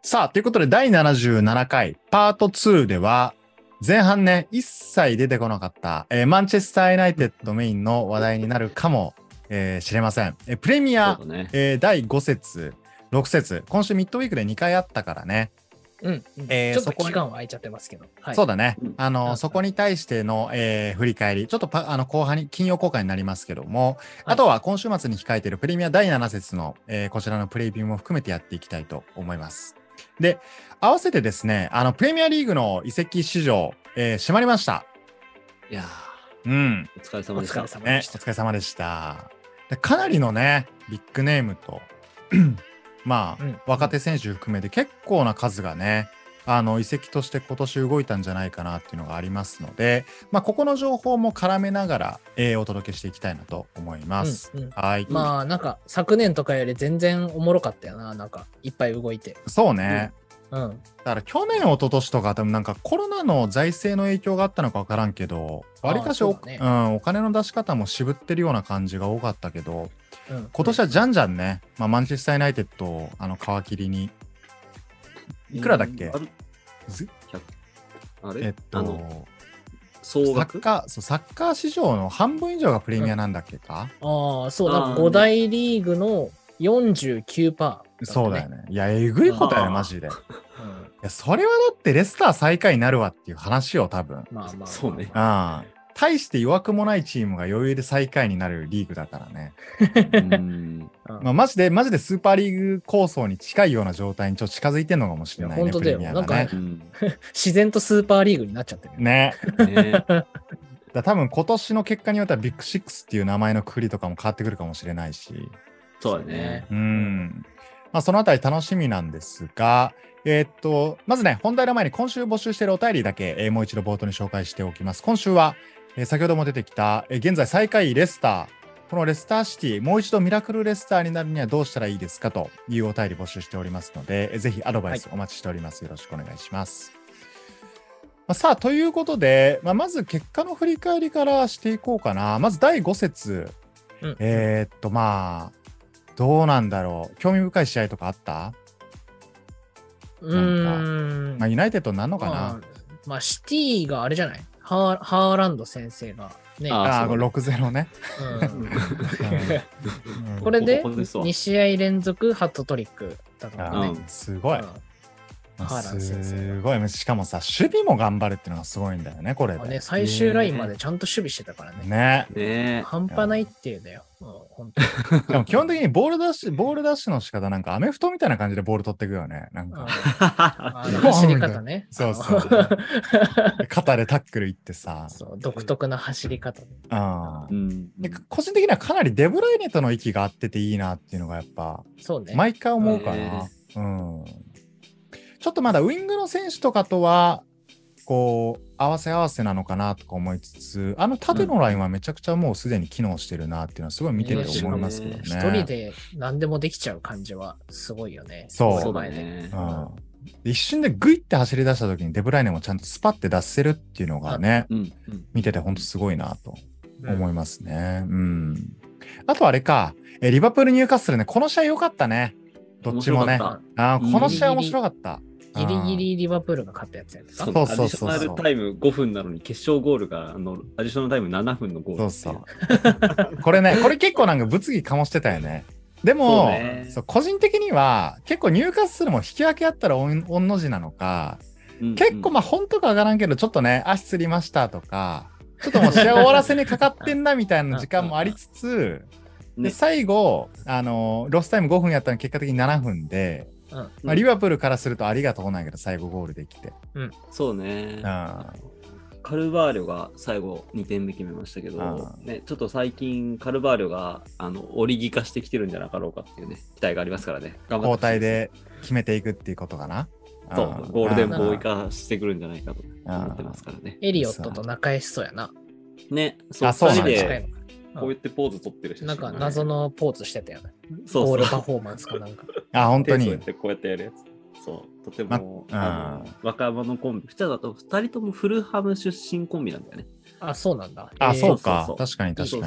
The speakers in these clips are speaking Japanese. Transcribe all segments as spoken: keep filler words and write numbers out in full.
さあ、ということでだいななじゅうななかいパートツーでは、前半ね、一切出てこなかった、えーマンチェスターユナイテッドメインの話題になるかも、えー知れません。えープレミア、 そうだね。 えーだいご節、ろく節、今週ミッドウィークでにかいあったからね。 うん、うんえーちょっとそこに期間は空いちゃってますけど。はい、 そうだね。 うんあの、 うんそこに対しての、えー振り返り、ちょっとパあの後半に、金曜公開になりますけども、 はいあとは今週末に控えているプレミアだいなな節の、えーこちらのプレビューも含めてやっていきたいと思います。で、合わせてですね、あの、プレミアリーグの移籍市場、えー閉まりました。 いやうん。 ー、お疲れ様でした。 お疲れ様ね、おでした。 疲れ様でした。でかなりのね、ビッグネームと、まあ、 うん若手選手含めて結構な数がね、あの移籍として今年動いたんじゃないかなっていうのがありますので、まあ、ここの情報も絡めながら、えーお届けしていきたいなと思います。 うんうんはい。 まあなんか昨年とかより全然おもろかったよな。なんかいっぱい動いて。 そうね。 うん。 だから去年、一昨年とか多分なんかコロナの財政の影響があったのか分からんけど、 あーわりかしお,、 そうだねうん、お金の出し方も渋ってるような感じが多かったけど、 うん、 今年はじゃんじゃんね、まあ、マンチェスターユナイテッドをあの皮切りに、いくらだっけあるずひゃくあれえっと、 あの、総サッ額カー、そう、サッカー市場の半分以上がプレミアなんだっけか、 ああ、そう、なんあーかご大リーグの よんじゅうきゅうパーセント、 そうだよね。いや、えぐいことやね、 あーマジで。いうん。 や、それはだってレスター最下位になるわっていう話よ、多分。 まあまあまあ、 そうねああ。大して弱くもないチームが余裕で最下位になるリーグだからね。 うーん。 うんまあ、マジで、マジでスーパーリーグ構想に近いような状態にちょっと近づいてんのかもしれないね。 いや本当だよプレミアがねなんかうん自然とスーパーリーグになっちゃってるよ。 ね。 ねだ多分今年の結果によってはビッグシックスっていう名前のくくりとかも変わってくるかもしれないし。 そうだね。 うん。まあ、そのあたり楽しみなんですが、えーっと、まずね、本題の前に今週募集しているお便りだけ、えーもう一度冒頭に紹介しておきます。今週は、えー先ほども出てきた、えー現在最下位レスター。このレスターシティ、もう一度ミラクルレスターになるにはどうしたらいいですかというお便り募集しておりますので、えーぜひアドバイスお待ちしております。よろしくお願いします。まあ、さあ、ということで、まあ、まず結果の振り返りからしていこうかな。まずだいご節。 うんえーっと、まあ、どうなんだろう。興味深い試合とかあった？ うーん。 まあ、ユナイテッドになるのかな、 まあ、まあ、シティがあれじゃないハーハーランド先生がね。 あああ、 そうこれろくゼロね。 うんうんこれでここですわに試合連続ハットトリックだったのね。 あーすごい。 うんハーラン先生すごい。しかもさ、守備も頑張るっていうのがすごいんだよね、これで。 まあね、最終ラインまでちゃんと守備してたからね。 ね。 ね半端ないっていうんだよ。うん本当にでも基本的にボールダッシュ、ボールダッシュの仕方なんかアメフトみたいな感じでボール取っていくよね。なんか。 あの走り方ね。 そうそうあの肩でタックルいってさ。 そう独特な走り方。 あーうん。 で個人的にはかなりデブライネとの息が合ってていいなっていうのがやっぱ、 そうね。 毎回思うかな。 ねうん。ちょっとまだウイングの選手とかとは、こう、合わせ合わせなのかなとか思いつつ、あの縦のラインはめちゃくちゃもうすでに機能してるなっていうのはすごい見てて思いますけどね。 一人で何でもできちゃう感じはすごいよね。 そうそうだ前でね。 うんで一瞬でグイって走り出した時にデブライネもちゃんとスパって出せるっていうのがね、 うん。うん見ててほんとすごいなとうん思いますね。うん。あとあれか、えリバプールニューカッスルね、この試合良かったね。どっちもね。 面白かっあーこの試合うん面白かった。 ギリギリリバプールが勝ったやつやったそうそうそうそうそうアディショナルタイムごふんなのに決勝ゴールがあのアディショナルタイムななふんのゴールそうっていそう。これね、これ結構なんか物議醸してたよね。でも、 そうねそう個人的には結構ニューカッスルも引き分けあったら御の字なのか、 うん結構まあ本当かわからんけど、ちょっとね、足つりましたとか、ちょっともう試合終わらせにかかってんなみたいな時間もありつつ、でね最後、あのロスタイムごふんやったの結果的にななふんで、 うんまあ、リバプールからするとありがとうなんやけど、最後ゴールできて。 そうね。 あカルバーリョが最後にてんめ決めましたけどあ、 ね、ちょっと最近カルバーリョがあの折り化してきてるんじゃなかろうかっていうね、期待がありますからね。頑張って交ほしい代で決めていくっていうことかな。 そう、ゴールデンボーイイ化してくるんじゃないかと思ってますからね。 エリオットと仲良しそうやな。 ね、そう、 あそうなんだ二人で近いのかこうやってポーズ取ってる写真なんか謎のポーズしてたよね。 そうそうゴールパフォーマンスかなんか。 あ、本当に手添え。てこうやってやるやつ。そう、とても、 まあの若者コンビ。ふたりだとふたりともフルハム出身コンビなんだよね。 あ、そうなんだ。 あ、 えーそうか。 そうそう確かに確かに。 そうそう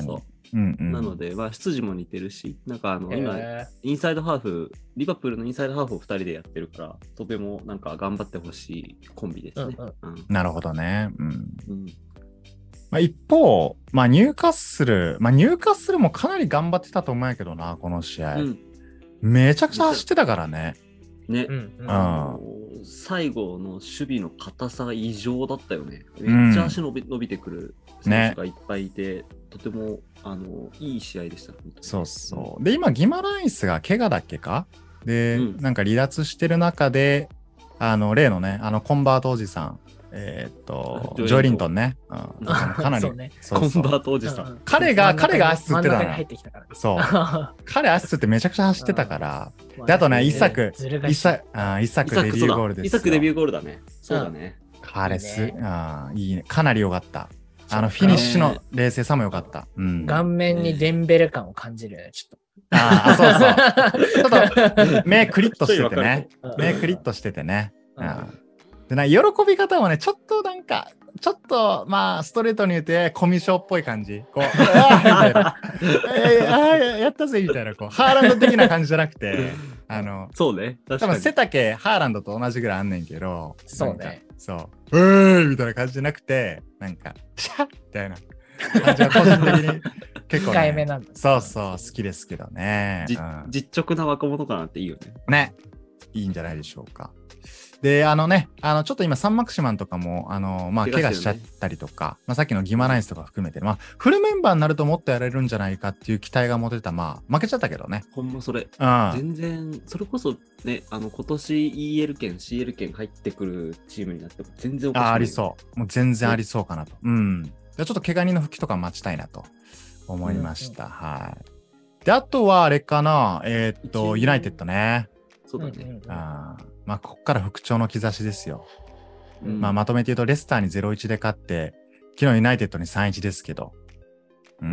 うんうん、 なので、まあ、出自も似てるし、なんかあの、今、 へインサイドハーフ、リバプールのインサイドハーフをふたりでやってるから、とてもなんか頑張ってほしいコンビですね。 うんうんなるほどね。うんうんまあ、一方、まあ、ニューカッスル、まあ、ニューカッスルもかなり頑張ってたと思うんやけどな、この試合。 うんめちゃくちゃ走ってたからね。 ね、 うんうんあの最後の守備の硬さが異常だったよね。めっちゃ足伸び,、伸びてくる選手がいっぱいいて、とてもあのいい試合でした。 そうそう。で、今、ギマランイスが怪我だっけかで、 うんなんか離脱してる中で、あの、例のね、あの、コンバートおじさん、えーっと、 ジョエリントンジョエリントンね。うん、かなり、 そうねそうそうコンバートおじさん。 うんうん彼が、彼が足つってたの真ん中に入ってきたから。 そう。彼足つってめちゃくちゃ走ってたから。 まあで、あとね、イサク、 ずるイサ賢いあイサクイサクデビューゴールですよ。 イサクデビューゴールだね。そうだね。 彼す、 いいねあいいね。かなり良かった。あの、 そうフィニッシュの冷静さも良かった。うん。 顔面にデンベル感を感じるよね、ちょっああ、そうそう。ちょっと、目クリッとしててね。 と。 目クリッとしててね。 ううんん。でな、喜び方もね、ちょっとなんか、ちょっと、まあ、ストレートに言うて、コミュ障っぽい感じ。こう、ああみたいな。えー、ああ、やったぜみたいな、こう、ハーランド的な感じじゃなくて、あの、 そうね。確かに。 多分背丈、ハーランドと同じぐらいあんねんけど、 そうねなんか。そう。うーいみたいな感じじゃなくて、なんか、シャッみたいな感じが個人的に結構、ね、 控えめなんだ。 そうそう、好きですけどね。 じうん実直な若者かなっていいよね。 ね。いいんじゃないでしょうか。で、あのね、あの、ちょっと今、サンマクシマンとかも、あの、まあ、怪我しちゃったりとか、まあ、さっきのギマライスとか含めて、まあ、フルメンバーになるともっとやれるんじゃないかっていう期待が持てた、まあ、負けちゃったけどね。 ほんまそれ。 うん。 全然、それこそね、あの、今年 イーエル 圏、シーエル 圏入ってくるチームになっても全然おかしくない。 あ、ありそう。もう全然ありそうかなと。うん。じゃあちょっと怪我人の復帰とか待ちたいなと思いました。 うんはい。で、あとはあれかな、えーっと、ユナイテッドね。 そうだね。 うんうんうんあまあ、ここから復調の兆しですよ。 うんまあ、まとめて言うと、レスターに ゼロたいいち で勝って、昨日ユナイテッドに さんたいいち ですけど。うん。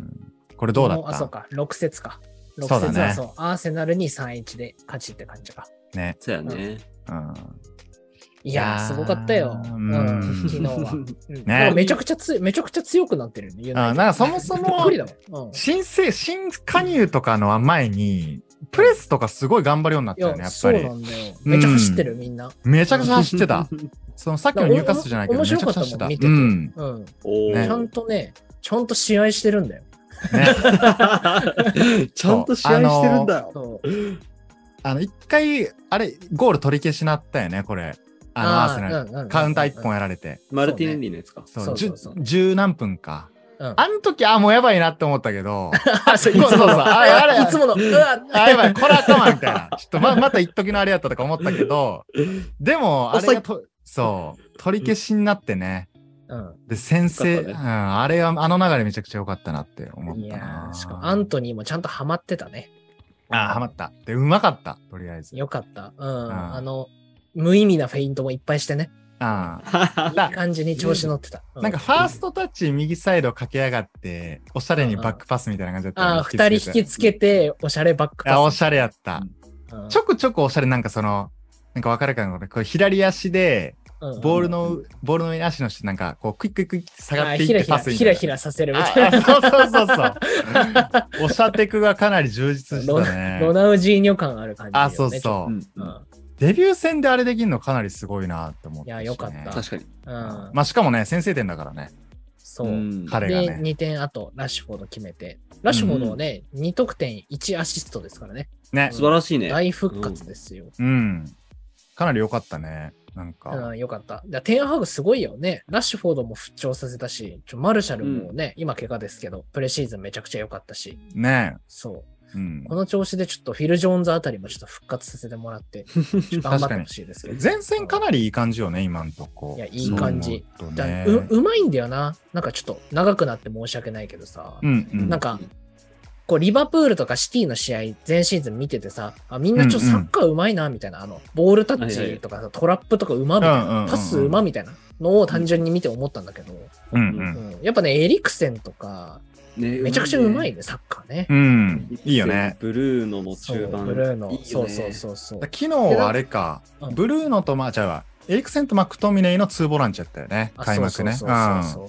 これどうだっもあ、そうたか。ろく節か。ろくそうだね節はそう。アーセナルにさんたいいちで勝ちって感じか。 ね。 そうやね。 うん。 いやー、 いやーすごかったよ。ううんん、昨日は。うんなんかめちゃくちゃつめちゃくちゃ強くなってるよね。ユナイテッドあなんかそもそもびっくりだもん。うん新生、新加入とかの前に、プレスとかすごい頑張るようになっいたよね、やや、 っぱりそうな。んだよ。めっちゃ走ってる、みんな。 めちゃくちゃ走ってた。そのさっきのニューカッスルじゃないけど、めちゃ面白かくちゃ走ってた。 ったもん見ててうん。 うん。 おねちゃんとね、ちゃんと試合してるんだよ。 ね。 ちゃんと試合してるんだよ。 そうあの、一回、あれ、ゴール取り消しなったよね、これ。あの、アーセナル。 うんうんうんカウンター一本やられて。 マルティネンリのやつか。 そう、 そうじゅそうそう十何分か。 うんあの時、あ、もうやばいなって思ったけど、 あ、そう、いそうそうそうつもの。 あやれいつもの。うわあ、やばい、これあかんわ、みたいな。ちょっとま、また一時のあれやったとか思ったけど、でも、あれがと、そう、取り消しになってね。 うん。 で、先生、 よかったねうん、あれは、あの流れめちゃくちゃ良かったなって思ったいやな。 ーしかもアントニーもちゃんとハマってたね。 あー、ハマった。で、うまかった、とりあえず。 よかった。うん。 んあの、無意味なフェイントもいっぱいしてね。 ああ。 いいだ感じに調子乗ってた。うなんか、ファーストタッチ右サイド駆け上がって、おしゃれにバックパスみたいな感じだったよねああ、二人引きつけて、おしゃれバックパス。 あ、おしゃれやった。 うんちょくちょくおしゃれ、なんかその、なんか分かるかな、これ左足で、 うんボールの、ボールの上に足の下、なんか、こう、クイックイックイック下があっていってひらひら、ひらパスみたいな。 ひらさせるみあたいな。 あそうそうそうそう。おしゃテクがかなり充実してロたね。 ロナウジーニョ感ある感じ、ね。 あ、そうそうう。 んう。うん。 デビュー戦であれできるのかなりすごいなって思って、 いやよかった確かに。 うん。 まあ、しかもね、先制点だからね。 そう。 んで、 彼がね。 にてんあと、ラッシュフォード決めて。ラッシュフォードはね、に得点いちアシストですからね。 ね。 素晴らしいね。 大復活ですよ。 うん。かなり良かったね。なんか。 うん、よかった。だテンハグすごいよね。ラッシュフォードも復調させたし、ちょマルシャルもね、今怪我ですけど、プレシーズンめちゃくちゃ良かったし。 ねそう。 うんこ。の調子でちょっとフィル・ジョーンズあたりもちょっと復活させてもらって、ちょっと頑張ってほしいですけど。 前線かなりいい感じよね、今んとこ。 いやいい感じそう思うとだねううまいんだよな。なんかちょっと長くなって申し訳ないけどさ、 うんうん。 なんか、こうリバプールとかシティの試合、前シーズン見ててさ、あみんなちょっとサッカーうまいなみたいな、あのボールタッチとかさ、トラップとかうまみたいな、 うんうんうんうんパスうまみたいなのを単純に見て思ったんだけど、 うんう。 うんんやっぱね、エリクセンとか、 ねめちゃくちゃうまいね、サッカーね。 うん。いいよね。 ブルーノのそう中盤。 ブルーのいいよねそうそうそうそう。 昨日はあれかうん、 ブルーノとまあ、じゃあ、エリクセンとマクトミネイのツーボランチやったよね、 あ開幕ね。 そうそうそうそうそう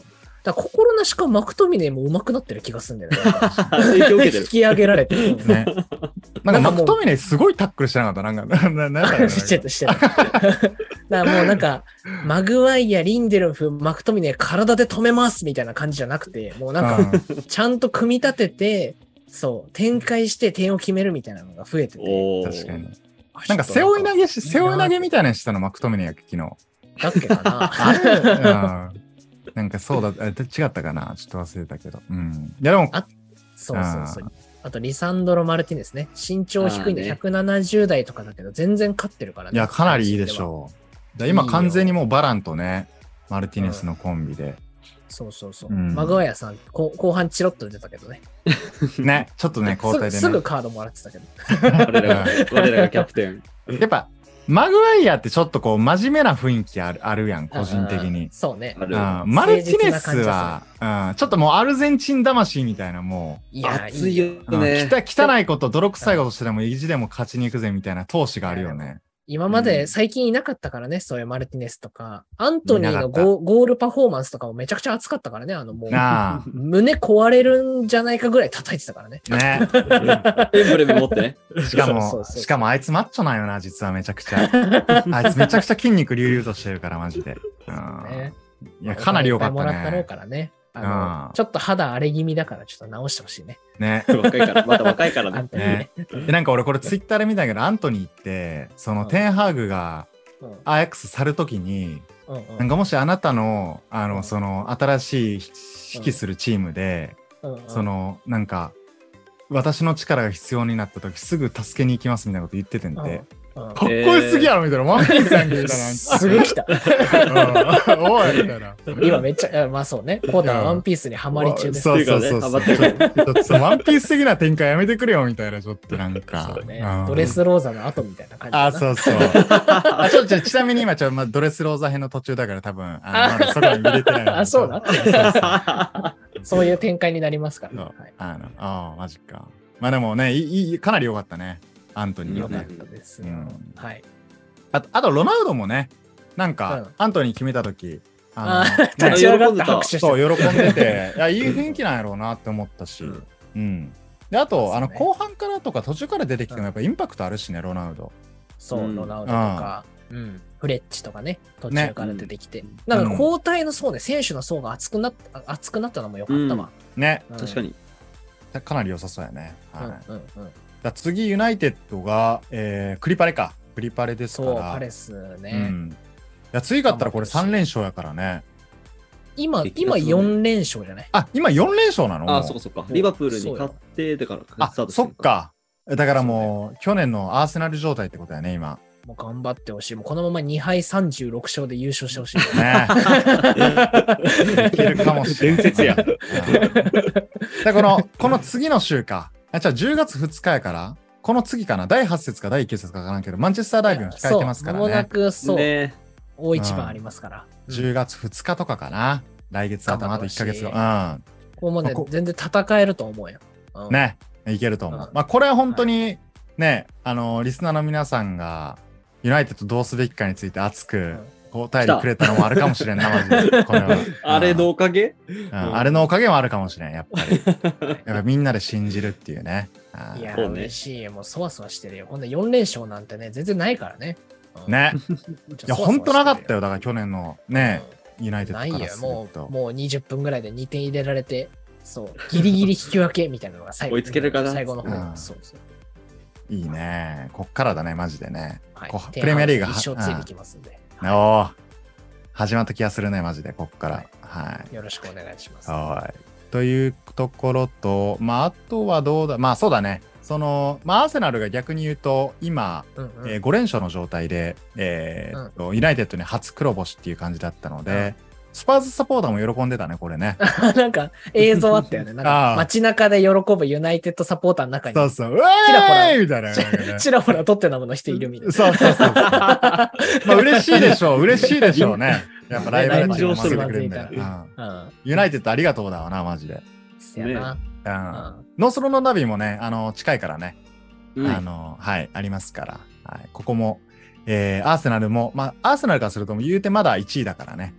だから心なしかマクトミネーも上手くなってる気がするんだよね。 影響受けてる引。き上げられてる。 ね。なんかマクトミネすごいタックルしてなかった。なんか、な、な、なんだろうしてた、してた。だからもうなんか、マグワイア、リンデルフ、マクトミネ体で止めますみたいな感じじゃなくて、もうなんか、ちゃんと組み立てて、そう、展開して点を決めるみたいなのが増えてて。 お確かに。なんか背負い投げし、背負い投げみたいなのしたのマクトミネや、昨日。 だっけかな。 あれ、うんなんかそうだ、あ違ったかなちょっと忘れたけど。うん。いやでも、 あそうそうそう。あと、リサンドロ・マルティネスね。身長低いんでひゃくななじゅう代とかだけど、全然勝ってるからね。 いや、かなりいいでしょう。だ今完全にもうバランとね、マルティネスのコンビで。 そうそうそう。 うん、 マグワイアさん、後後半チロッと出たけどね。 ね、ちょっとね、交代でね。 すぐカードもらってたけど。 我らが、我らがキャプテン。 やっぱ、マグワイアってちょっとこう真面目な雰囲気あるあるやん、個人的に。 そうね。 うん、マルティネスは、うん、ちょっともうアルゼンチン魂みたいな、もう。 いや、熱いよね。 うん、汚いこと、泥臭いことしてでも意地でも勝ちに行くぜみたいな闘志があるよね。 今まで最近いなかったからね、うん、そういうマルティネスとか、アントニーの ゴ, ゴールパフォーマンスとかもめちゃくちゃ熱かったからね、あのもう、胸壊れるんじゃないかぐらい叩いてたからね。 ね。 エンブレム持ってね。 しかも、そうそうそうしかもあいつマッチョなんよな、実はめちゃくちゃ。あいつめちゃくちゃ筋肉隆々としてるから、マジで。うんね、いや、かなり良かったね。 もらったろうからね。あのちょっと肌荒れ気味だからちょっと直してほしいね。 ね。 若いから、まだ若いからね。 ねでなんか俺これツイッターで見たけど、アントニーって、そのテンハーグがアヤックス去るときに、うんうん、なんかもしあなたの、あの、うん、その新しい指揮するチームで、うんうん、その、なんか、私の力が必要になったときすぐ助けに行きますみたいなこと言っててんで、うんかっこよすぎやろみたいな、ワンピースやんけみたいな。 すぐ来た。 おいみたいな。 今めっちゃ、まあそうね。コータはワンピースにハマり中です。 そうそうそう。ワンピース的な展開やめてくれよみたいな、ちょっとなんか。 ドレスローザの後みたいな感じ。 あ、そうそう。あちょっとちなみに今ちょっとドレスローザ編の途中だから多分、あのそこに見れてない。 あ、そうだ。そういう展開になりますから。 あの、あマジか。まあでもね、いいかなり良かったね。アントニーよかったですよ、うん、はい。 あと、あとロナウドもね、なんか、うん、アントニー決めたとき、 あの、ね、立ち上がって拍手してそう、喜んでて、いや、いい雰囲気なんやろうなって思ったし、うん。うん、で、あと、ね、あの、後半からとか途中から出てきてもやっぱインパクトあるしね、ロナウド。 そう、ロナウドとか、うん、フレッチとかね、途中から出てきて。ね、なんか交代の層ね、選手の層が厚くなっ厚くなったのもよかったわ。 うん、ね、 確かに。 かなり良さそうやね。はい。うんうんうんだ次、ユナイテッドが、えー、クリパレか。クリパレですから。 そう、パレスね。うん、 いや次勝ったらこれさん連勝やからね。 今、今よん連勝じゃないあ、今よん連勝なのあ、そっかそっか。リバプールに勝ってだからスタートしてる。あ、そっか。だからもう、ね、去年のアーセナル状態ってことやね、今。 もう頑張ってほしい。もうこのままにはいさんじゅうろく勝で優勝してほしい。 ねいけるかもしれない。 伝説や。 この、この次の週か。あじゃあじゅうがつふつかやから、この次かな、だいはち節かだいきゅう節かわからんけど、マンチェスターダービーも控えてますからね。 そう、間もなくそう、ね、大一番ありますから、 うん。じゅうがつふつかとかかな。来月頭、あといっかげつ後。うん。 ここまで全然戦えると思うよ。 うん、ね、いけると思う。うん、まあこれは本当にね、はい、あの、リスナーの皆さんが、ユナイテッドどうすべきかについて熱く、うんお便りくれたのもあるかもしれんな、マジで。これは。 あれのおかげ、 うん、あれのおかげもあるかもしれん、やっぱり。やっぱみんなで信じるっていうね。 いや、嬉しい。もうそわそわしてるよ。ほんでよん連勝なんてね、全然ないからね。 うん、ね。いや、ほんとなかったよ。だから去年のね、うん、ユナイテッドからすると。ないよ。 もう、もうにじゅっぷんぐらいでにてん入れられて、そう、ギリギリ引き分けみたいなのが最後。 追いつけるかな最後の方、 うん、 そうそう。 いいね。こっからだね、マジでね。 はい、 こプレミアリーグ一生ついてきますんで。 うんはい、おー始まった気がするね、マジで、こっから。はい。はい、 よろしくお願いします。 はい。というところと、まあ、あとはどうだ、まあ、そうだね。その、まあ、アーセナルが逆に言うと、今、うんうんえー、ご連勝の状態で、えーっと、うん、ユナイテッドに初黒星っていう感じだったので、うんスパーズサポーターも喜んでたね、これね。 なんか映像あったよね。なんか街中で喜ぶユナイテッドサポーターの中に。 そうそう。うわーいみたいな、 ね。ちらほらトッテナムの人いるみたいな。 そうそうそう。まあ嬉しいでしょう。嬉しいでしょうね。やっぱライバルチームを負けてくれるんだよ。ユナイテッドありがとうだわな、マジで。 やな。 うん、ノースロのナビもね、あの、近いからね。うん、あの、はい、ありますから。はい、ここも、えー、アーセナルも、まあ、アーセナルからすると言うてまだいちいだからね。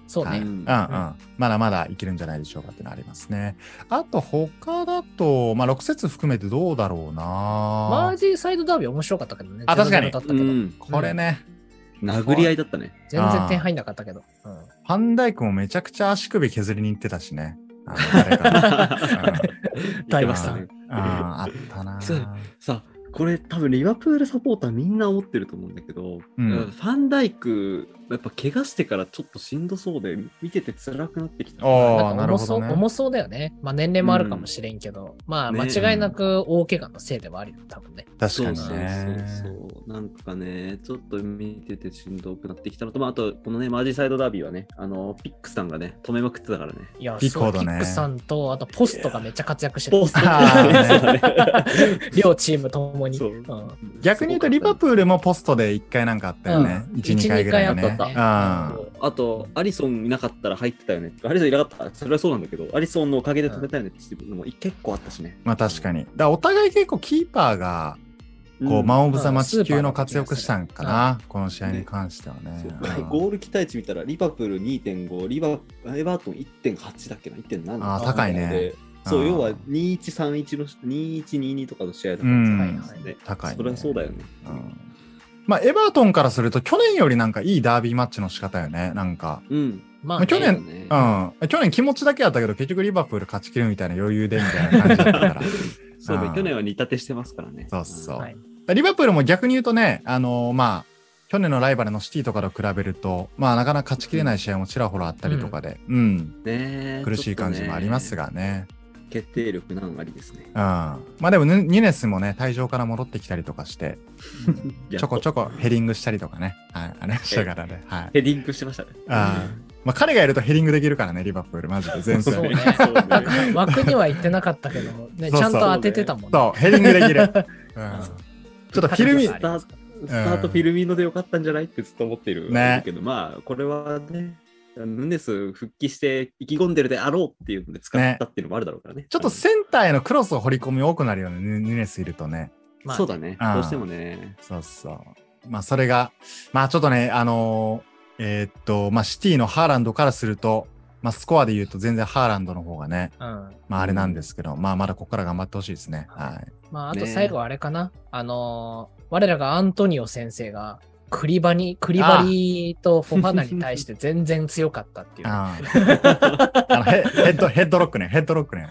そうね。 はい、 ううんんうん。まだまだいけるんじゃないでしょうかっていうのありますね。あと、他だと、まあ、ろく節含めてどうだろうな。 マージーサイドダービー面白かったけどね。 あ確かにゼロゼロだったけど、 うんこれね、 殴り合いだったね。 全然点入んなかったけど。うんファンダイクもめちゃくちゃ足首削りに行ってたしね。あの誰かうん大ましたね。 あーあったな。 そうさあ、これ多分リバプールサポーターみんな思ってると思うんだけど、 うんファンダイク、やっぱ怪我してからちょっとしんどそうで、見てて辛くなってきた。 おーなんか重そう、 なるほどね重そうだよね。まあ年齢もあるかもしれんけど、まあね間違いなく大怪我のせいではあるよ、多分ね。 確かにそうそうね。 そうそう。なんかね、ちょっと見ててしんどくなってきたのと、まあ、あと、このね、マージーサイドダービーはね、あの、ピックさんがね、止めまくってたからね。 いや、 ピックフォードねそうピックさんと、あとポストがめっちゃ活躍してる。 ポストあーそうだね両チームともに。 そううん逆に言うとリバプールもポストでいっかいなんかあったよね。 うんいち、にかいぐらいね。 いちにかいあったねうんあと、アリソンいなかったら入ってたよね。アリソンいなかったそれはそうなんだけど、アリソンのおかげで止めたよねっていうのも結構あったしね。 まあ確かに。だからお互い結構キーパーが、こう、 うんマン・オブ・ザ・マッチ級の活躍したんかな、この試合に関してはね。 そうゴール期待値見たら、リバプール にてんご、リバエバートン いってんはち だっけな、いってんななあー高いね。 そう、 あー要はにいちさんいちの、にいちににとかの試合だったうんら高いですね。 高いねそれはそうだよね。 うんまあ、エバートンからすると、去年よりなんかいいダービーマッチの仕方よね。なんか。 うん。 まあね、 去年ねうん。去年気持ちだけやったけど、結局リバプール勝ち切るみたいな余裕でみたいな感じだったから。 そうねう、ん去年は煮立てしてますからね。 そうそう。 はいリバプールも逆に言うとね、あのーまあ、去年のライバルのシティとかと比べると、まあ、なかなか勝ちきれない試合もちらほらあったりとかで、うん。 ねえ苦しい感じもありますが。 がね。 決定力なんありですね。 うん。まあでもヌ、ニネスもね、退場から戻ってきたりとかして、ちょこちょこヘディングしたりとかね。はい。ありましたからね。はい。 ヘディングしてましたね。 あーまあ、彼がいるとヘディングできるからね、リバプール、マジで全然。 そうね。 そうねなんか枠には行ってなかったけど、ね、 そうそうちゃんと当ててたもんね。 そう、ヘディングできる。うん、ちょっとフィルミ高、さありますかスタートフィルミーノでよかったんじゃないってずっと思っているねけど、まあ、これはね、ヌネス復帰して意気込んでるであろうっていうので使ったっていうのもあるだろうからね。 ちょっとセンターへのクロスを掘り込み多くなるよね、ヌニネスいるとね。 まあそうだね。 あーどうしてもね。 そうそう。まあ、それが、まあ、ちょっとね、あのーえーっと、まあ、シティのハーランドからすると、まあ、スコアで言うと全然ハーランドの方がね、 うん。 まあ、あれなんですけど、まあ、まだここから頑張ってほしいですね。はい。 まあ、あと最後あれかな。あのー我らがアントニオ先生が、クリバに、クリバリとフォファナに対して全然強かったっていう。 あーあのヘヘッド、ヘッドロックね、ヘッドロックね。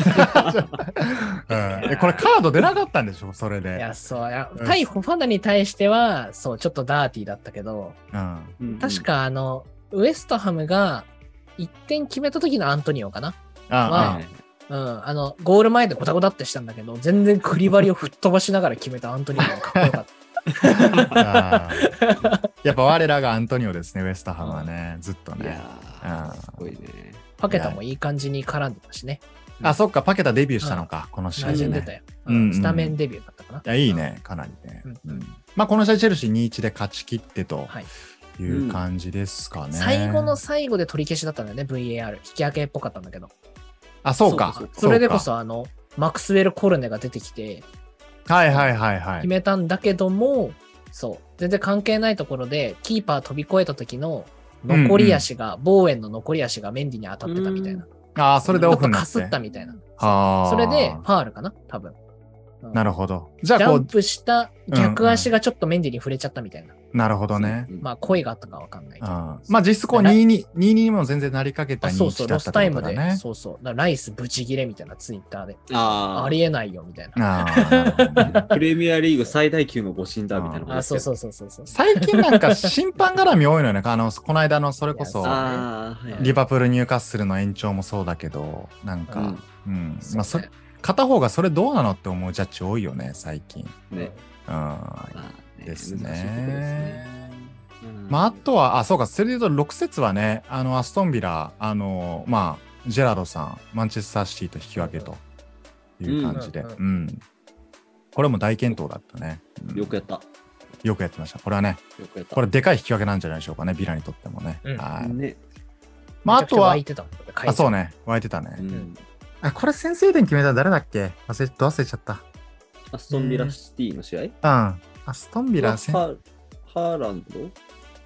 うん、えこれカード出なかったんでしょそれで。 いや、そう、いやうん対フォファナに対しては、そう、ちょっとダーティーだったけど、 うん。 うん確、かあの、ウエストハムがいってん決めた時のアントニオかな。 あまあはいうん、あの、ゴール前でゴタゴタってしたんだけど、全然クリバリを吹っ飛ばしながら決めたアントニオがかっこよかった。 あーやっぱ我らがアントニオですね、ウエストハムはね、ずっといね。 やー、 うんすごいね。 パケタもいい感じに絡んでたしね。 あ、そっか、パケタデビューしたのか、この試合でね。 馴染んでたよ。 うんうんスタメンデビューだったかな。 いや、いいね、かなりね。 うんうんまあ、この試合、チェルシーにいちで勝ち切ってとはい。 いう感じですかね。 最後の最後で取り消しだったんだよね、ブイエーアール。引き分けっぽかったんだけど。 あ、そうか。 そうそれでこうそ、あの、マクスウェル・コルネが出てきて、 か。はいはいはいはい。 決めたんだけども、そう、全然関係ないところで、キーパー飛び越えた時の残り足が、ボーエンの残り足がメンディに当たってたみたいな。 ああ、それでちょオフになって。 っとかすったみたいな。 はあ。 それで、ファールかな多分。うんなるほど。じゃあ、 ジャンこう、 プした逆足がちょっとメンディに触れちゃったみたいな。 なるほどね。 うんまあ、声があったかわかんないけど。 あまあ、実質こう、にに、にににも全然なりかけたあ、 にいそうそう、ロスちだったタイムで、 ってことだね。 そうそう。だからライスブチギレみたいなツイッターで。 あありえないよみたいな。 ああ、なるほどねあ、プレミアリーグ最大級の誤審だみたいなことあ、 ですよそうそうそうそうそう。 最近なんか審判絡み多いのよね。あの、この間のそれこそいや、 ああ、はいはい。 リバプール、ニューカッスルの延長もそうだけど、なんか、 うんうん。 そうねまあ、それ、片方がそれどうなのって思うジャッジ多いよね、最近。 ね。 うん。 まあねですね難しいところですね。うんまあ、あとは、あ、そうか、それで言うとろく節はね、あの、アストンビラ、あの、まあ、ジェラードさん、マンチェスターシティと引き分けという感じで、 うんうん。これも大健闘だったね。うんよくやった。 よくやってました。これはね、 よくやった。 これでかい引き分けなんじゃないでしょうかね、ビラにとってもね。 うんはい。 ね。 まあ、あとはめちゃくちゃ湧い、てたもんねあ、そうね、湧いてたね。 うんあ、これ先制点決めたの誰だっけ忘れ、忘れちゃった。 アストンビラシティの試合うん。アストンビラ先、 ハーハーランド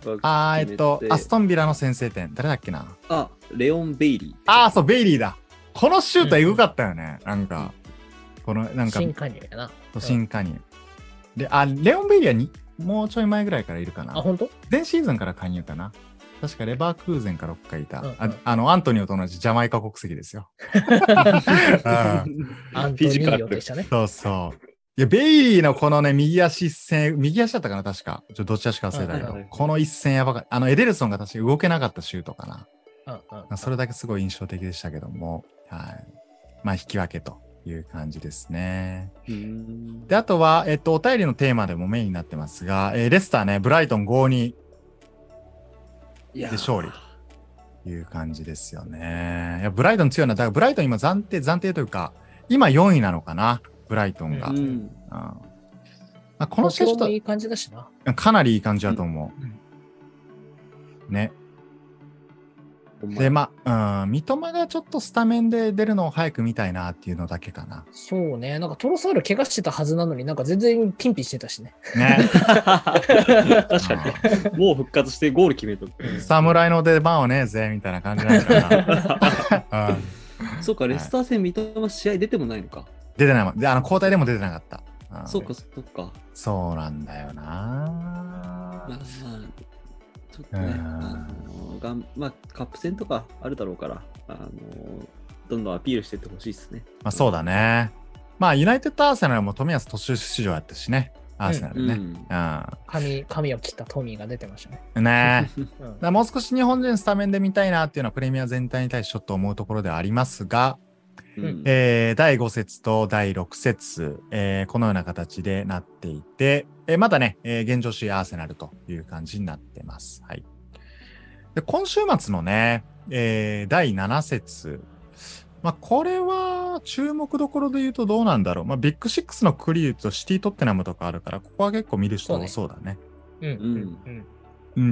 あー、えっと、アストンビラの先制点。誰だっけな。 あ、レオン・ベイリー。 あー、そう、ベイリーだ。このシュートエグかったよね。なんか、この、なんか、 新加入やな。 新加入。で、あ、レオン・ベイリーはにもうちょい前ぐらいからいるかな。 あ、本当？ 前シーズンから加入かな。確かレバークーゼンかどっかいた。 うんうんあ, あの、アントニオと同じジャマイカ国籍ですよ。 アントニーヨでしたね。 そうそう。いや、ベイリーのこのね、右足一戦、右足だったかな、確か。ちょっとどっち足か忘れたけど、 うんうんうん、 この一戦やばかった。あの、エデルソンが確か動けなかったシュートかな。 うんうん、 それだけすごい印象的でしたけども、はい。まあ、引き分けという感じですね。で、あとは、えっと、お便りのテーマでもメインになってますが、えー、レスターね、ブライトン ごたいに で勝利。いう感じですよね。いや、ブライトン強いな。だからブライトン今暫定、暫定というか、今よんいなのかな、ブライトンが。うんうん、まあ、この試合もいい感じだしな。 かなりいい感じだと思う。うんうん、ね。で、まあ、うん、三笘がちょっとスタメンで出るのを早く見たいなっていうのだけかな。 そうね。なんかトロサール怪我してたはずなのになんか全然ピンピンしてたしね。 ね。 確かに。もう復活してゴール決めとく。 侍の出番をねえぜ、みたいな感じなんかな。 そうか、レスター戦三笘試合出てもないのか。 出てないもん。で、あの、交代でも出てなかった。 そうか、そうか。 そうなんだよな。 まあまあ、ちょっとね、あのがんまあ、カップ戦とかあるだろうから、あのどんどんアピールしていってほしいですね。 まあそうだね。まあ、ユナイテッドアーセナルも冨安途中出場やったしね。アーセナルね。うんうん、 髪, 髪を切ったトミーが出てましたね。 ねえ。うん、もう少し日本人スタメンで見たいなっていうのはプレミア全体に対してちょっと思うところではありますが、うんえー、だいご節とだいろく節、えー、このような形でなっていて、えー、まだね、えー、現状首位アーセナルという感じになってます。はい。で今週末のね、えー、だいなな節、まあ、これは注目どころで言うとどうなんだろう。まあ、ビッグシックスのクリーとシティトッテナムとかあるから、ここは結構見る人多そうだね。 うねうんうんうん。 うん。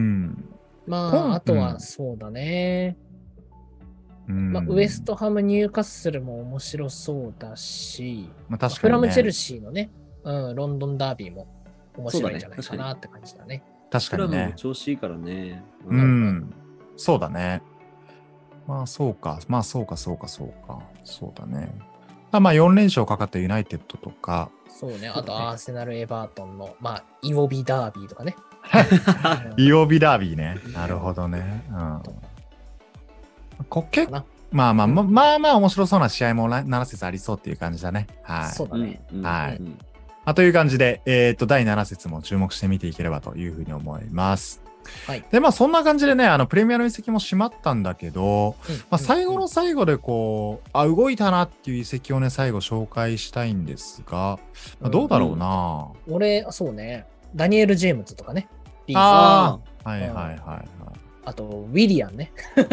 まあ、あとはそうだね。うんまあ、ウエストハム、ニューカッスルも面白そうだし、 まあ確かにね、 フラム・チェルシーのね、うん、ロンドンダービーも面白いんじゃないかなって感じだね。 確かにね。 フラムも調子いいからね。 うん、うん、そうだね。まあそうか、まあそうか、そうか、そうか、そうだね。まあよん連勝かかったユナイテッドとか。 そうね、あとアーセナル、エバートンの、まあ、イオビダービーとかね。 イオビダービーね。なるほどね。うん。こけまあまあまあ、まあまあ面白そうな試合もなな節ありそうっていう感じだね。はい。 そうだね。 はい。うん、あという感じで、えっと、だいなな節も注目してみていければというふうに思います。はい。で、まあそんな感じでね、あの、プレミアの移籍も閉まったんだけど、うん、まあ最後の最後でこう、あ、動いたなっていう移籍をね、最後紹介したいんですが、まあ、どうだろうな、 うん、俺、そうね、ダニエル・ジェームズとかね。 ああ、はいはいはいはい。 あと、ウィリアンね。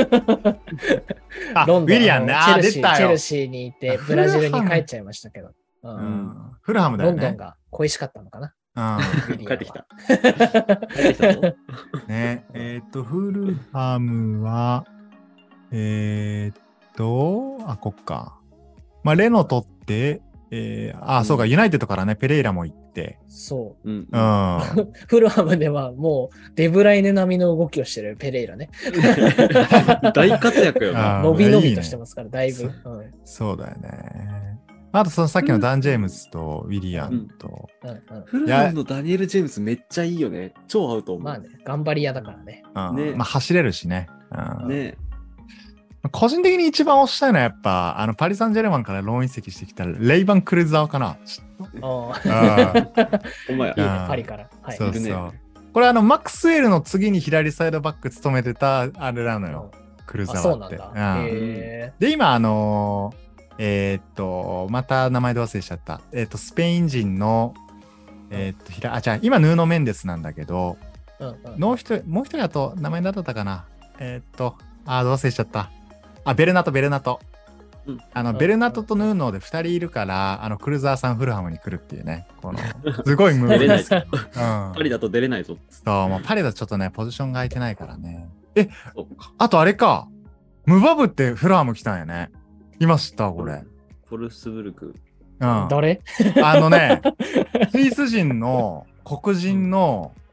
ロンドン、ウィリアンね。 チェルシー、チェルシーにいて、ブラジルに帰っちゃいましたけど。 うんうん、フルハムだよね。 ロンドンが恋しかったのかな。 うん、帰ってきた。帰ってきたぞ。 ねえっ、ー、と、フルハムは、えっ、ー、と、あ、こっか。まあ、レノ取って、えー、あ、うん、そうか、ユナイテッドからね、ペレイラも行って。 そう。 うん。 フルハムではもう、デブライネ並みの動きをしてるペレイラね。 大活躍よな。 伸び伸びとしてますから、いいね、だいぶそ、うん。そうだよね。あと、そのさっきのダン・ジェームズとウィリアンと。 うんうんうん、フルハムのダニエル・ジェームズめっちゃいいよね。超合うと思う。 まあね、頑張り屋だからね。 うん、ねまあ、走れるしね。 うん、ね個人的に一番推したいのはやっぱあのパリ・サンジェルマンからローン移籍してきたレイバン・クルザーかな。 ああ。 お前、 いいね、パリから。 はい、そうそう。これあのマックスウェルの次に左サイドバック務めてたあれなのよ、クルザーって。 そうなんだ。へで今あのー、えー、っとまた名前で忘れちゃった。えー、っとスペイン人のえー、っとひらあじゃあ今ヌーノ・メンデスなんだけど、 うんうん、 もう一人もう一人だと名前何だったかな。えー、っとあどう忘れちゃった。あ、ベルナト、ベルナト。うん、あの、ベルナトとヌーノーでふたりいるから、あの、クルザーさんフルハムに来るっていうね。この、すごいムーブです。うん、 パリだと出れないぞ。 そう、もうパリだとちょっとね、ポジションが空いてないからね。え、あとあれか。ムバブってフルハム来たんやね。今知ったこれ。 フォルスブルク。 うん。 誰あのね、スイス人の黒人の、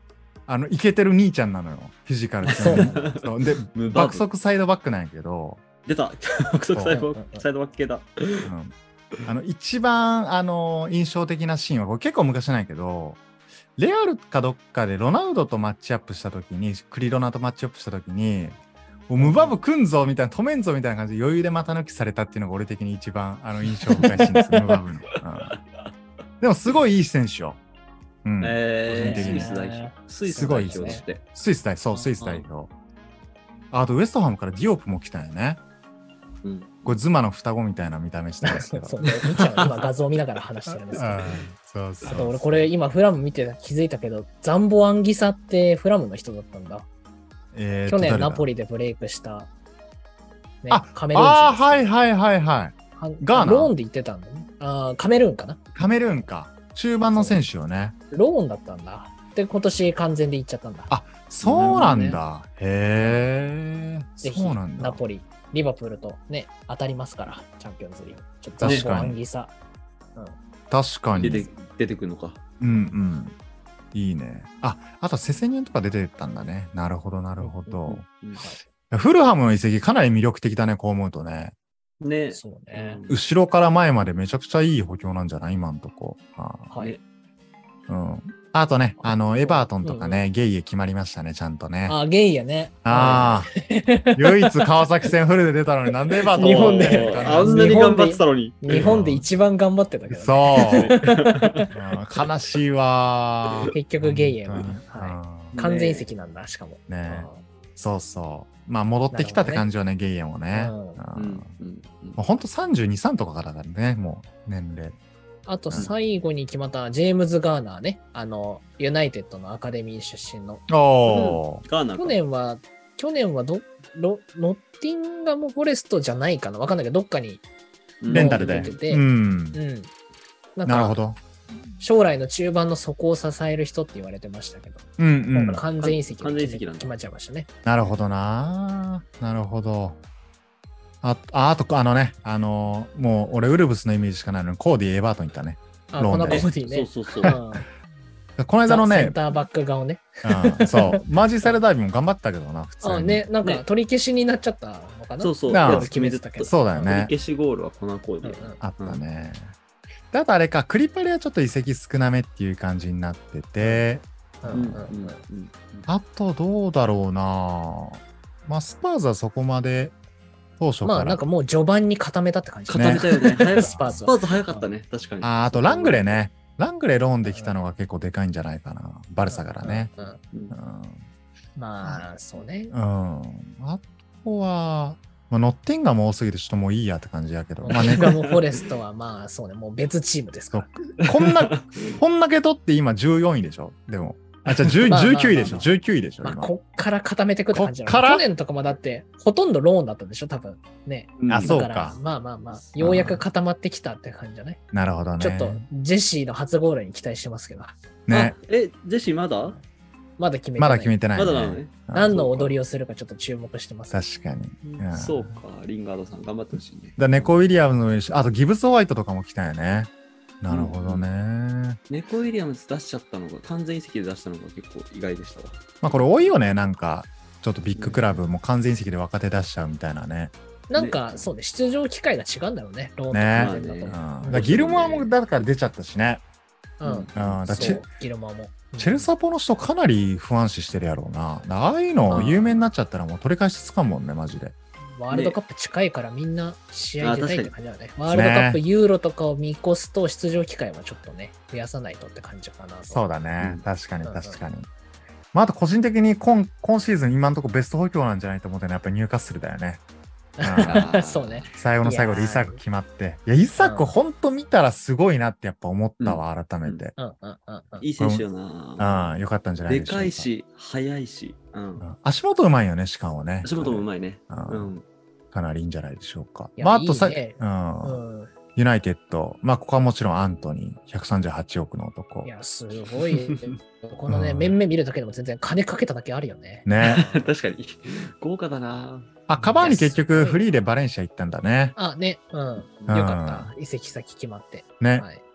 あのイケてる兄ちゃんなのよ、フィジカルそう強いそうでムバブ爆速サイドバックなんやけど、 出た爆速サイドサイドバック系だ。 うん、あの一番あの印象的なシーンはこれ結構昔なんやけど、レアルかどっかでロナウドとマッチアップした時に、クリロナとマッチアップした時に、もうムバブ来んぞみたいな、止めんぞみたいな感じで余裕で股抜きされたっていうのが俺的に一番あの印象深いシーンですムバブの、うん、でもすごいいい選手よ、うん、 えー、ス個人的にイス代表。スイスすごい代表して。 スイス代そうスイス代表、あとウエストハムからディオプも来たよね、 うん、 これ妻の双子みたいな見た目してますけどそうね、みちゃん今画像見ながら話してるんですけど、 そうそうそう、 あと俺これ今フラム見て気づいたけど、ザンボアンギサってフラムの人だったんだ。 えー、 去年ナポリリでブレイクした、ね、 あカメルーン人あですけど、 はいはいはいはいガーナローンで行ってたんだね。あカメルーンかな。 カメルーンか、中盤の選手よね。 ローンだったんだ。で、今年完全で行っちゃったんだ。 あ、そうなんだ。ね、へえ。 ぜひそうなんだ。 ナポリ、リバプールとね、当たりますから、チャンピオンズリーグ。ちょっと確かにザンボアンギサ。うん、 確かに。 出て、出てくるのか。 うんうん。いいね。あ、あとセセニアンとか出てたんだね。なるほど、なるほど。 うんうんうん、フルハムの移籍かなり魅力的だね、こう思うとね。 ね。 そうね。 後ろから前までめちゃくちゃいい補強なんじゃない今んとこ。あはい。 うん。あとね、あの、エバートンとかね、うんうん、ゲイエ決まりましたね、ちゃんとね。 あ、ゲイエね。 ああ。唯一川崎戦フルで出たのになんでエバートン日本であんなに頑張ってたのに。 日本で一番頑張ってたけど、ね。 そう。悲しいわ。 結局ゲイエは、はい、完全移籍なんだ、しかも。 ね、そうそう。まあ戻ってきたって感じよね、ゲイエもね。ほんとさんじゅうに、さんとかからだね、もう年齢。 あと最後に決まったジェームズ・ガーナーね。あの、ユナイテッドのアカデミー出身の。 おー、 ガーナー。 去年は、去年はど、ロノッティンガム・フォレストじゃないかなわかんないけど、どっかにレンタルで。 うん。うん。 なんかなるほど。 将来の中盤の底を支える人って言われてましたけど。 うんうん。 完全移籍で決まっちゃいましたね。 なるほどな。なるほど。あ, あ, あと、あのね、あのー、もう俺、ウルブスのイメージしかないのに、コーディ・エバートン行ったね。 あ、このコーディね。 そうそうそう。 この間のね、 センターバック顔ね。 うん、そう。マージーサルダービーも頑張ったけどな、普通に。 あ、ね、なんか取り消しになっちゃったのかな。 そうそう。 決めてたけど。 そうだよね。 取り消しゴールはコナーコーディ、うんうん。 あったね。うん、あとあれか、クリパレはちょっと移籍少なめっていう感じになってて、あとどうだろうな。まあ、スパーズはそこまで、当初から。 まあなんかもう序盤に固めたって感じね。固めたよね。 スパーズスパーズ早かったね。確かに。 あ、あとラングレーね。ラングレーローンできたのが結構でかいんじゃないかな。バルサからね。うんうんうん、 まあ、そうね。 うん。あとは、まあ、ノッティンガム多すぎてちょっともういいやって感じやけど。 ノッティンガムフォレストはまあそうね、もう別チームですから。 こんな、こんだけ取って今じゅうよんいでしょでも。あ、じゃあじゅうきゅういでしょ ?じゅうきゅういでしょ、 まあ、こっから固めてくって感じだから去年とかもだってほとんどローンだったんでしょ多分ね。 あ、そうか。 まあまあまあ、ようやく固まってきたって感じじゃないなるほどね。 ちょっとジェシーの初ゴールに期待してますけど。 ね。 え、ジェシーまだまだ決めてない。 まだ決めてない、 ね。まだなのね。 何の踊りをするかちょっと注目してます。 確かに。 うん、そうか、リンガードさん頑張ってほしいね。 だネコ・ウィリアムズの上に、あとギブス・ホワイトとかも来たよね。なるほどね、うん。 ネコ・ウィリアムズ出しちゃったのが、完全移籍で出したのが結構意外でしたわ。 まあこれ多いよね、なんか、ちょっとビッグクラブも完全移籍で若手出しちゃうみたいなね。 なんか、ね、そうね、出場機会が違うんだろうね、ローンとね。うん、だギルモアもだから出ちゃったしね。 うん。うん、だチェギルモアも。チェルサポの人かなり不安視してるやろうな。ああいうの有名になっちゃったらもう取り返しつかんもんね、マジで。 ワールドカップ近いからみんな試合出たいって感じだね。ワールドカップ、ユーロとかを見越すと出場機会はちょっとね、増やさないとって感じかな。 そうだね。うん、確かに確かに。うんうん、まあ、あと個人的に今今シーズン今のところベスト補強なんじゃないと思ってね、やっぱりニューカッスルだよね。 そうね。 最後の最後でイサク決まって。いや、イサクほんと見たらすごいなってやっぱ思ったわ、うん、改めて。 いい選手よな。 うん、よかったんじゃないでしょうか。 でかいし、速いし。うん、 足元うまいよね、しかもね。 足元もうまいね。 うん。かなりいいんじゃないでしょうか。 まあ、あとさ、 いいね、うん。うんユナイテッド、まあ、ここはもちろんアントニー、ひゃくさんじゅうはちおくの男。 いや、すごい。このね、うん、面々見るだけでも全然金かけただけあるよね。 ね。 確かに。豪華だな。 あ、カバーニ結局フリーでバレンシア行ったんだね。 あ、ね。うん。よかった。移籍先決まって。 ね。 はい、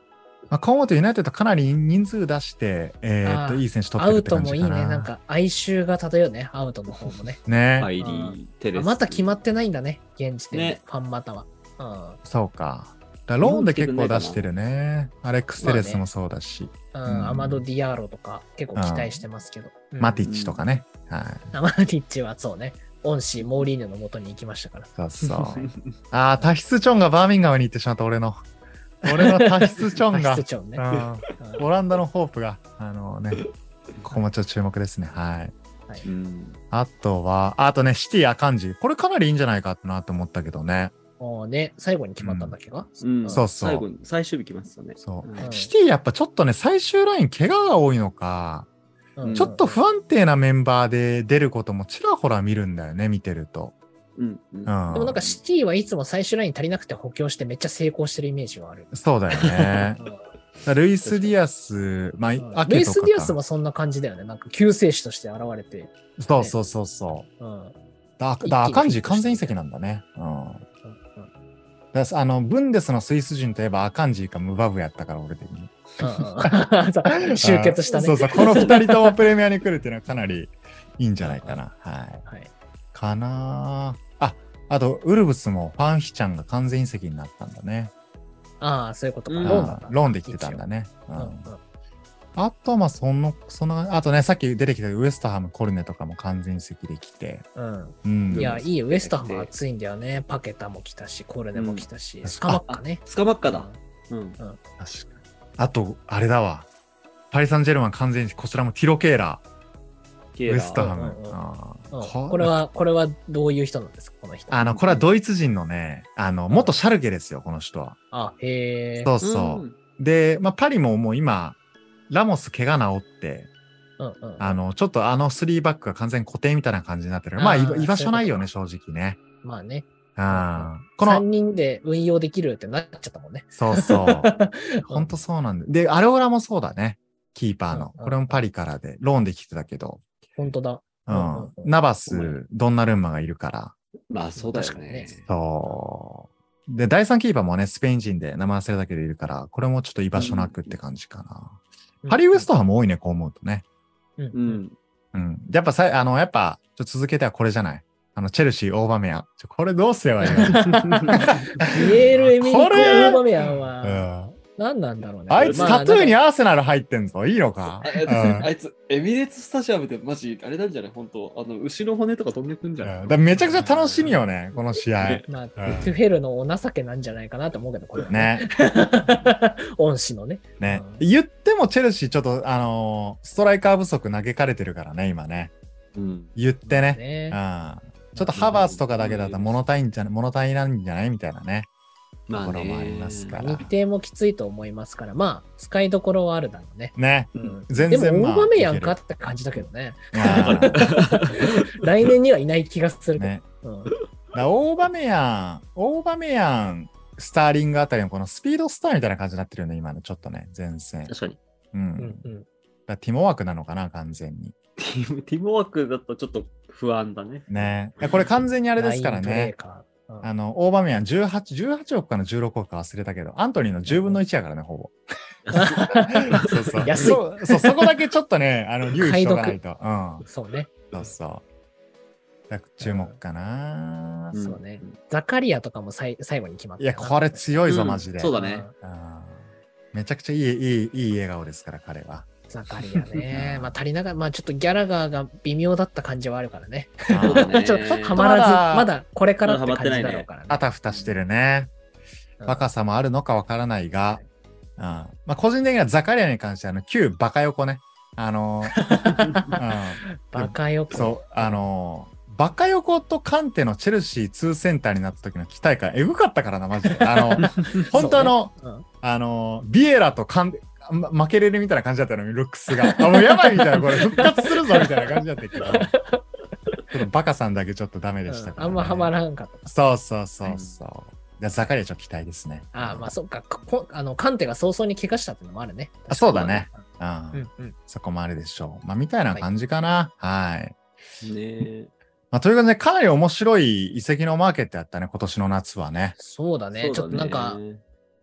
まあ、こう思うとユナイテッドかなり人数出して、えー、っとあーいい選手取っアウてるってトもいいね。 感じかな。 なんか哀愁が漂うね。アウトの方もね。 ね、 アイリー、テレス。 あまだ決まってないんだね。現時点で、 ねファンマタは。うんそうか。だからローンで結構出してるね。アレックス・テレスもそうだし、 うんうんアマド・ディアーロとか結構期待してますけど。うんマティッチとかね。はい。 アマディッチはそうね。オンシー、モーリーヌの元に行きましたから。 そうそう。ああ、タヒスチョンがバーミンガムに行ってしまった、俺の。俺のタヒスチョンが。 タヒスチョンねうんオランダのホープが、あのね、ここもちょっと注目ですね。はい。 うん。 あとは、あとね、シティアカンジ。これかなりいいんじゃないかなと思ったけどね。 もうね、最後に決まったんだっけか、 うん、 そうそう最後に、最終日来ましたね。 そう。 うんシティやっぱちょっとね、最終ライン怪我が多いのか、 うんちょっと不安定なメンバーで出ることもちらほら見るんだよね、見てると。 うん。うん。 うん。 でもなんかシティはいつも最終ライン足りなくて補強してめっちゃ成功してるイメージはある。 そうだよねう。んだからルイス・ディアス、まあ、 うんアケとかかルイス・ディアスもそんな感じだよね。なんか救世主として現れて。 そうそうそうそう。 うんだ一気にだアカンジフィットして完全移籍なんだね。うん。 うんだあの、ブンデスのスイス人といえばアカンジかムバブやったから、俺的に。 うんうんそう集結したね。 そうそう、この二人ともプレミアに来るっていうのはかなりいいんじゃないかな。はい。 はい。 かなーあ、あと、ウルブスもファンヒちゃんが完全移籍になったんだね。 ああ、そういうことか。 うんローンなんだあーローンで来てたんだね。う一応。うんんあと、まあ、その、その、あとね、さっき出てきたウエストハム、コルネとかも完全移籍できて。 うんうん。 いや、いいよ。ウエストハム熱いんだよね。パケタも来たし、コルネも来たし、 うんスカマッカね。 スカマッカだ。うん。 確かに。あと、あれだわ。パリ・サンジェルマン完全に、こちらもティロ・ケーラー、 ケーラウエストハム。 うんうんうんあうんーこれは、これはどういう人なんですか、この人。 あの、これはドイツ人のね、あの、元シャルケですよ、この人は。 あ、へえ。 そうそう。で、まあ、パリももう今、ラモス怪我治って、 うんうんうんあの、ちょっとあのスリーバックが完全に固定みたいな感じになってる。まあ、 あー居居場所ないよね、正そういう直ね。 まあね。 あーこさんの、 にんで運用できるってなっちゃったもんね。 そうそう。ほんとそうなんだ。で、アレオラもそうだね。キーパーの。 うんこれもパリからで、ローンで来てたけど。 本当だ。 ううんうんん。 うんナバス、ドンナルンマがいるから。 まあ、そうだよね確かにね。 そう。で、第三キーパーもね、スペイン人で名前忘れたけどいるから、これもちょっと居場所なくって感じかな。ハリー・ウエストハム多いね、こう思うとね。 うんううんん。 うん。やっぱさ、あの、やっぱ、ちょっと続けてはこれじゃない。あの、チェルシー、オーバメヤン。ちょ、これどうすればいいのピエール・エミリコ・オこれーバメヤンうは、 ん何なんだろうね。 あいつまタトゥーになんかアーセナル入ってんぞ。いいのかああいつうんあいつ、エミレーツスタジアムでマジ、あれなんじゃない本当あの、牛の骨とか飛んでくんじゃないうんだからめちゃくちゃ楽しみよね、この試合。 まあ、トゥフェルのお情けなんじゃないかなと思うけど、これはね。 恩師のね。 ね。 うん言ってもチェルシーちょっと、あのーストライカー不足嘆かれてるからね、今ね。 うん。 言ってね。 ねうん。ちょっとハバーツとかだけだったら物足りんじゃない、物足りなんじゃないみたいなね。 まあところもありね。 ますから日程もきついと思いますから、まあ、使いどころはあるだろうね。 ね。 うん全然まあでも、オーバメヤンかって感じだけどね。 うん来年にはいない気がするけど。 ね。 うんだからオーバメヤン、オーバメヤン、スターリングあたりのこのスピードスターみたいな感じになってるよね、今のちょっとね、前線。 確かに。 うん。 うんだかうんらティモワークなのかな、完全に。 ティムティモワークだとちょっと不安だね。 ね。いやこれ完全にあれですからラインプレーね。 かうんあの、オーバメヤンじゅうはち、じゅうはちおくかなじゅうろくおくか忘れたけど、アントニーのじゅうぶんのいちやからね、ほぼ。そうそう。 安いそうそう、そこだけちょっとね、あの、留意しとかないと。うん。 そうね。 そうそう。だから注目かな、 うんそうね。ザカリアとかもさい最後に決まったいや、これ強いぞ、 うんマジで。 そうだね。 うんめちゃくちゃいい、いい、いい笑顔ですから、彼は。 ザカリアね。まあ足りながら、まあちょっとギャラガーが微妙だった感じはあるからね。 そうだねちょっとはまらず、 まだまだこれからってまだ感じハマってないねだろうからね。 あたふたしてるね。 うん若さもあるのかわからないが、うんまあ、個人的にはザカリアに関しては、あの、旧バカ横ね。あのーうんバカよく。 そう、あのーバカ横とカンテのチェルシーツーセンターになった時の期待感、エグかったからな、マジで。あの、本当あの、 そうねうんあのービエラとカンテ、ま負けれるみたいな感じだったのに、ルックスが。あ、もうやばいみたいな、これ復活するぞみたいな感じだったけど。ちょっとバカさんだけちょっとダメでしたから、ねあんまはまらんかった。 そうそうそうそう。いやザカリアちょっと期待ですね。 ああ、まあそっか。こあの、カンテが早々に怪我したっていうのもあるね。 あそうだね。ううんんうん。 そこもあるでしょう。まあ、みたいな感じかな。はい。 ねえ。 まあ、ということで、かなり面白い移籍のマーケットやったね、今年の夏はね。 そうだね。ちょっとなんか、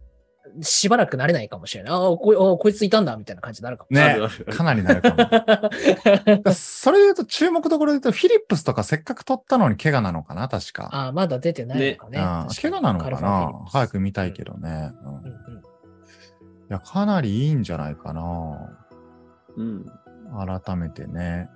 しばらく慣れないかもしれない。ああ、こあこいついたんだみたいな感じになるかもしれない。 ねあるあるあるかなりなるかも。それで言うと、注目どころで言うと、フィリップスとかせっかく取ったのに怪我なのかな、確か。 ああ、まだ出てないのかね。 うん確かに怪我なのかカルファンフィリッなプス早く見たいけどね。うんうんうんいや、かなりいいんじゃないかな。 うん。 改めてね。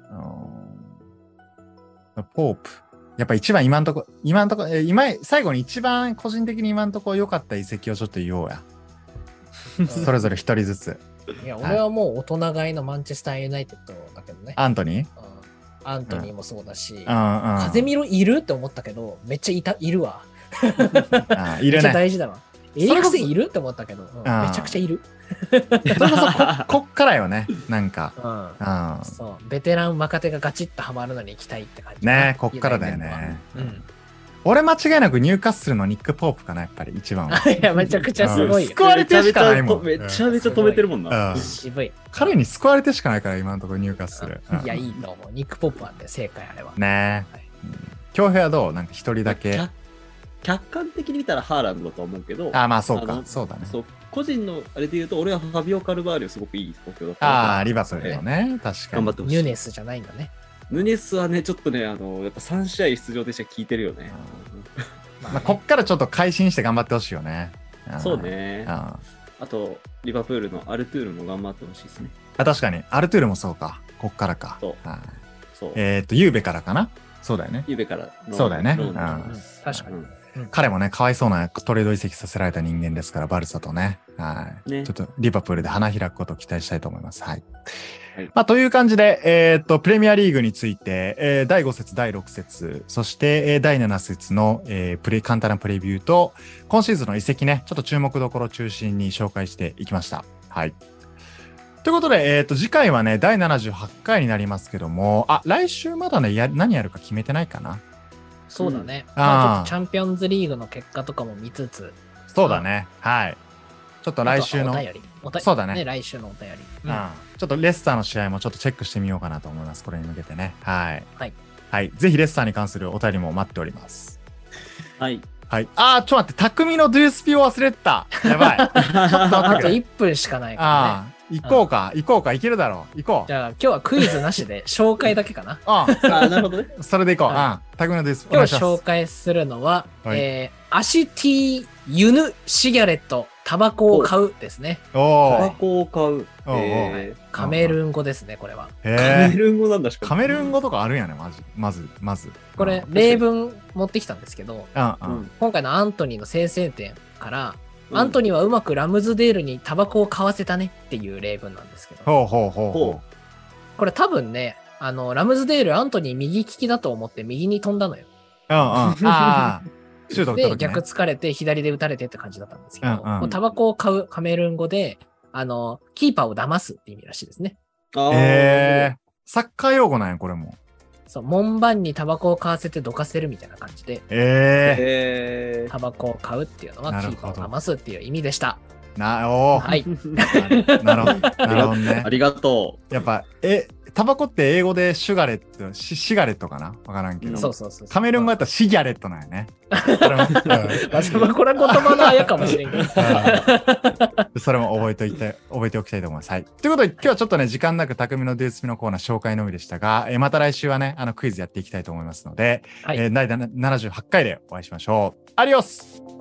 うん、ポープ。やっぱ一番今んとこ、今んとこ、え今、最後に一番個人的に今んとこ良かった遺跡をちょっと言おうや。 うんそれぞれ一人ずつ。 いや、俺はもう大人買いのマンチェスターユナイテッドだけどね。 アントニーうんアントニーもそうだし、 うんうん。 風見ろいるって思ったけど、めっちゃいたいるわ。 あいめっちゃるね。 大事だわ。エリクセンいるって思ったけど、うんあーめちゃくちゃいる。 それこそこ、こっからよね。なんか。 うんうん。 そう、ベテラン若手がガチッとハマるのに行きたいって感じ。 ねこっからだよね。 うん。 俺間違いなくニューカッスルのニック・ポープかな、やっぱり一番は。 いや、めちゃくちゃすごいよ。 救われてしかないもん。 めちゃめちゃ止めてるもんな。 うん渋い。 彼に救われてしかないから、今のところニューカッスル。うんいや、いいと思う。ニックポップはね、正解あれは。 ねはい恭平はどうなんか一人だけ。 客客観的に見たらハーランドだと思うけど、 あ、まあそうか。 あのそうだね。 そう個人のあれで言うと、俺はファビオ・カルバーリョすごくいい東京だったああ、リバプールのね。確かに。 頑張ってほしい。 ニュネスじゃないんだね。 ヌネスはね、ちょっとね、あの、やっぱさん試合出場でしたら効いてるよね。 まあまあ、こっからちょっと改心して頑張ってほしいよね。んそう。ね。 うんあと、リバプールのアルトゥールも頑張ってほしいですね。 あ、確かに。アルトゥールもそうか。こっからか。 そうはいそう。 えっと、ゆうべからかなそうだよね。 ゆうべからのそうだよねローンでうんうん確かに。 うん彼もね、かわいそうなトレード移籍させられた人間ですから、バルサとね。はい。 ねちょっとリバプールで花開くことを期待したいと思います。はい。 はいまあ、という感じで、えーっと、プレミアリーグについて、えーだいご節、だいろく節、そして、えーだいなな節の、えープレ、簡単なプレビューと、今シーズンの移籍ね、ちょっと注目どころを中心に紹介していきました。はい。ということで、えーっと、次回はね、だいななじゅうはち回になりますけども、あ、来週まだね、や、何やるか決めてないかな。 そうだね。 うんまあ、ちょあーっとチャンピオンズリーグの結果とかも見つつ、 そうだね。はい。ちょっと来週の、 あとはお便り。おたそうだね来週のお便り。うんうんちょっとレッスターの試合もちょっとチェックしてみようかなと思います。これに向けてね。はい。 はい。 はい。ぜひレッスターに関するお便りも待っております。 はい。 はい。あー、ちょっと待って、匠のドゥースピを忘れてた。やばい。ちょっと待あとってくれ。 いっぷんしかないからね。 あー、行こうか。行こうか。行けるだろう。行こう。 じゃあ今日はクイズなしで紹介だけかな。 うあなるほどね。 ん。それで行こう。 はうん。匠のドゥースピお願今日いします。 紹介するのは、 はいえーアシュティユヌシギャレット、タバコを買うですね。 おー。 タバコを買う。 おうおうえカメルーン語ですね、これは。 ーカメへー。 ルーン語なんだしかもカメルーン語とかあるんやね、まじ。まず、まず。 これうん、 例文持ってきたんですけど、 うんううん。 ん。 今回のアントニーの先制点から、 うんアントニーはうまくラムズデールにタバコを買わせたねっていう例文なんですけど、 ほうほうほうほほこれ多分ね、あの、ラムズデール、アントニー右利きだと思って右に飛んだのよ。 う。うんうん。ああ。シュート打ったで、 時ね逆突かれて左で打たれてって感じだったんですけど、 うんうんこうタバコを買うカメルーン語で、あの、キーパーを騙すって意味らしいですね。 あーへえ。サッカー用語なんや、これも。 そう、門番にタバコを買わせてどかせるみたいな感じで、 ええ。 へータバコを買うっていうのはキなるほどーパーを騙すっていう意味でした。 な、おー。 はい。 なるほど。なるほどねあ。りがとやっぱ、え、タバコって英語でシュガレット、シシガレットかなわからんけうんど。 そうそうそうそう。 カメルーン語やったらシギャレットなんやね。それもまあこれは言葉のあやかもしれんけど。 うんそれも覚えておいて、覚えておきたいと思います。はい。ということで、今日はちょっとね、時間なく匠のデュースピのコーナー紹介のみでしたが、えーまた来週はね、あの、クイズやっていきたいと思いますので、 はいえー第ななじゅうはち回でお会いしましょう。アディオス